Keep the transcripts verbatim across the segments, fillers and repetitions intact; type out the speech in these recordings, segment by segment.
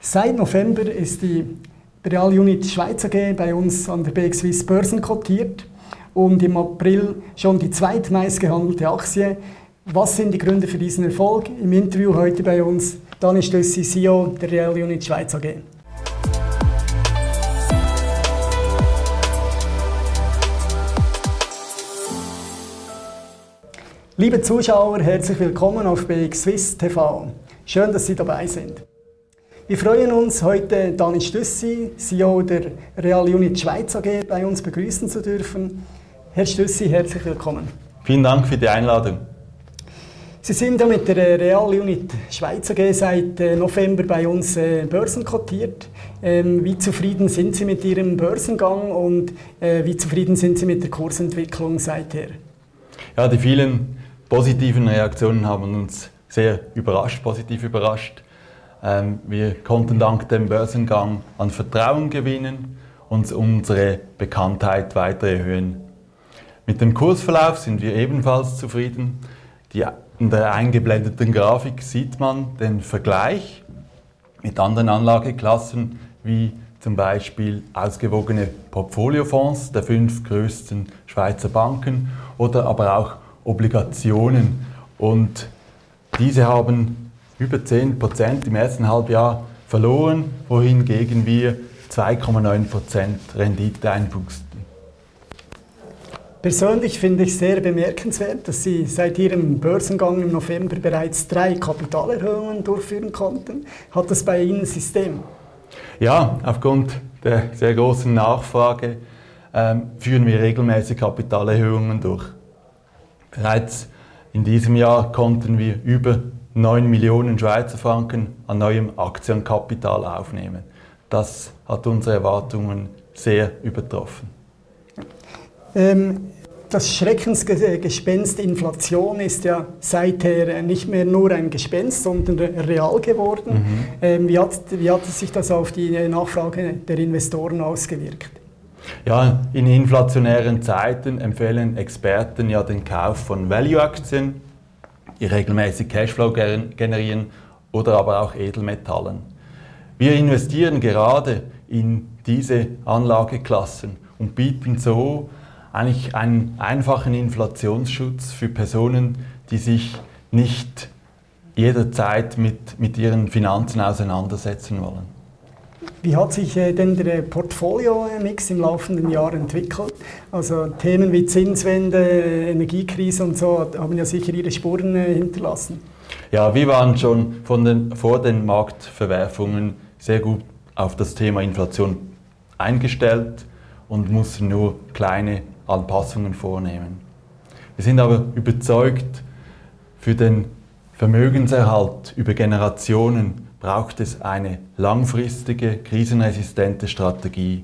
Seit November ist die Real Unit Schweiz A G bei uns an der B X Swiss börsenkotiert und im April schon die zweitmeist gehandelte Aktie. Was sind die Gründe für diesen Erfolg? Im Interview heute bei uns Dani Stüssi, C E O der Real Unit Schweiz A G. Liebe Zuschauer, herzlich willkommen auf B X Swiss T V. Schön, dass Sie dabei sind. Wir freuen uns, heute Dani Stüssi, C E O der Real Unit Schweiz A G, bei uns begrüßen zu dürfen. Herr Stüssi, herzlich willkommen. Vielen Dank für die Einladung. Sie sind ja mit der Real Unit Schweiz A G seit November bei uns börsenkotiert. Wie zufrieden sind Sie mit Ihrem Börsengang und wie zufrieden sind Sie mit der Kursentwicklung seither? Ja, die vielen positiven Reaktionen haben uns sehr überrascht, positiv überrascht. Wir konnten dank dem Börsengang an Vertrauen gewinnen und unsere Bekanntheit weiter erhöhen. Mit dem Kursverlauf sind wir ebenfalls zufrieden. Die, in der eingeblendeten Grafik sieht man den Vergleich mit anderen Anlageklassen, wie zum Beispiel ausgewogene Portfoliofonds der fünf größten Schweizer Banken oder aber auch Obligationen. Und diese haben über zehn Prozent im ersten Halbjahr verloren, wohingegen wir zwei Komma neun Prozent Rendite einbuchten. Persönlich finde ich sehr bemerkenswert, dass Sie seit Ihrem Börsengang im November bereits drei Kapitalerhöhungen durchführen konnten. Hat das bei Ihnen System? Ja, aufgrund der sehr großen Nachfrage ähm, führen wir regelmäßig Kapitalerhöhungen durch. Bereits in diesem Jahr konnten wir über neun Millionen Schweizer Franken an neuem Aktienkapital aufnehmen. Das hat unsere Erwartungen sehr übertroffen. Ähm, das Schreckensgespenst Inflation ist ja seither nicht mehr nur ein Gespenst, sondern real geworden. Mhm. Ähm, wie, hat, wie hat sich das auf die Nachfrage der Investoren ausgewirkt? Ja, in inflationären Zeiten empfehlen Experten ja den Kauf von Value-Aktien, die regelmäßig Cashflow generieren, oder aber auch Edelmetallen. Wir investieren gerade in diese Anlageklassen und bieten so eigentlich einen einfachen Inflationsschutz für Personen, die sich nicht jederzeit mit, mit ihren Finanzen auseinandersetzen wollen. Wie hat sich äh, denn der Portfolio-Mix im laufenden Jahr entwickelt? Also Themen wie Zinswende, Energiekrise und so haben ja sicher ihre Spuren äh, hinterlassen. Ja, wir waren schon von den, vor den Marktverwerfungen sehr gut auf das Thema Inflation eingestellt und mussten nur kleine Anpassungen vornehmen. Wir sind aber überzeugt, für den Vermögenserhalt über Generationen braucht es eine langfristige, krisenresistente Strategie.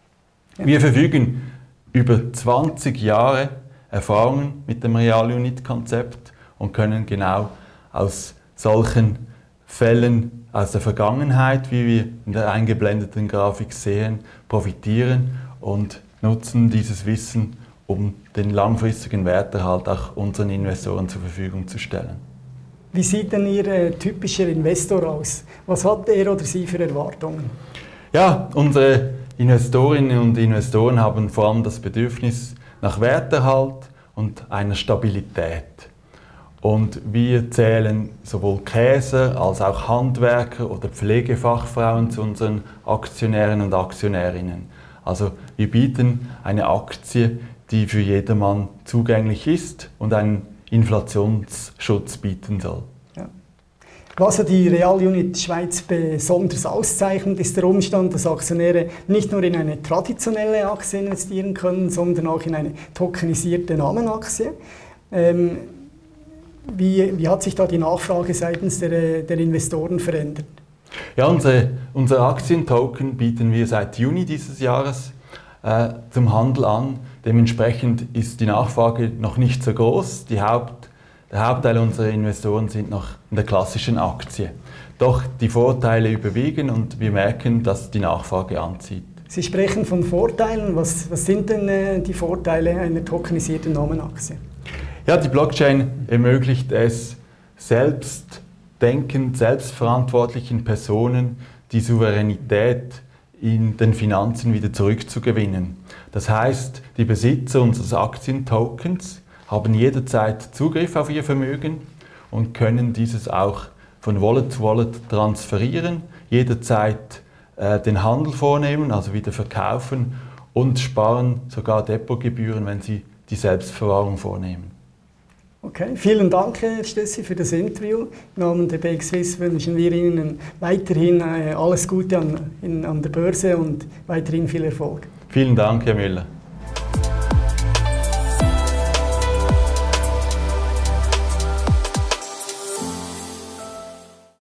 Wir verfügen über zwanzig Jahre Erfahrungen mit dem Real Unit Konzept und können genau aus solchen Fällen aus der Vergangenheit, wie wir in der eingeblendeten Grafik sehen, profitieren und nutzen dieses Wissen, um den langfristigen Werterhalt auch unseren Investoren zur Verfügung zu stellen. Wie sieht denn Ihr äh, typischer Investor aus? Was hat er oder sie für Erwartungen? Ja, unsere Investorinnen und Investoren haben vor allem das Bedürfnis nach Werterhalt und einer Stabilität. Und wir zählen sowohl Käser als auch Handwerker oder Pflegefachfrauen zu unseren Aktionären und Aktionärinnen. Also wir bieten eine Aktie, die für jedermann zugänglich ist und einen Inflationsschutz bieten soll. Ja. Was ja die Real Unit Schweiz besonders auszeichnet, ist der Umstand, dass Aktionäre nicht nur in eine traditionelle Aktie investieren können, sondern auch in eine tokenisierte Namenaktie. Ähm, wie, wie hat sich da die Nachfrage seitens der, der Investoren verändert? Ja, unsere, unsere Aktientoken bieten wir seit Juni dieses Jahres äh, zum Handel an. Dementsprechend ist die Nachfrage noch nicht so groß. Die Haupt, der Hauptteil unserer Investoren sind noch in der klassischen Aktie. Doch die Vorteile überwiegen und wir merken, dass die Nachfrage anzieht. Sie sprechen von Vorteilen. Was, was sind denn äh, die Vorteile einer tokenisierten Namenaktie? Ja, die Blockchain ermöglicht es selbstdenkend, selbstverantwortlichen Personen, die Souveränität in den Finanzen wieder zurückzugewinnen. Das heißt, die Besitzer unseres Aktientokens haben jederzeit Zugriff auf ihr Vermögen und können dieses auch von Wallet zu Wallet transferieren, jederzeit äh, den Handel vornehmen, also wieder verkaufen und sparen sogar Depotgebühren, wenn sie die Selbstverwahrung vornehmen. Okay, vielen Dank, Herr Stössi, für das Interview. Im Namen der B X Swiss wünschen wir Ihnen weiterhin äh, alles Gute an, in, an der Börse und weiterhin viel Erfolg. Vielen Dank, Herr Müller.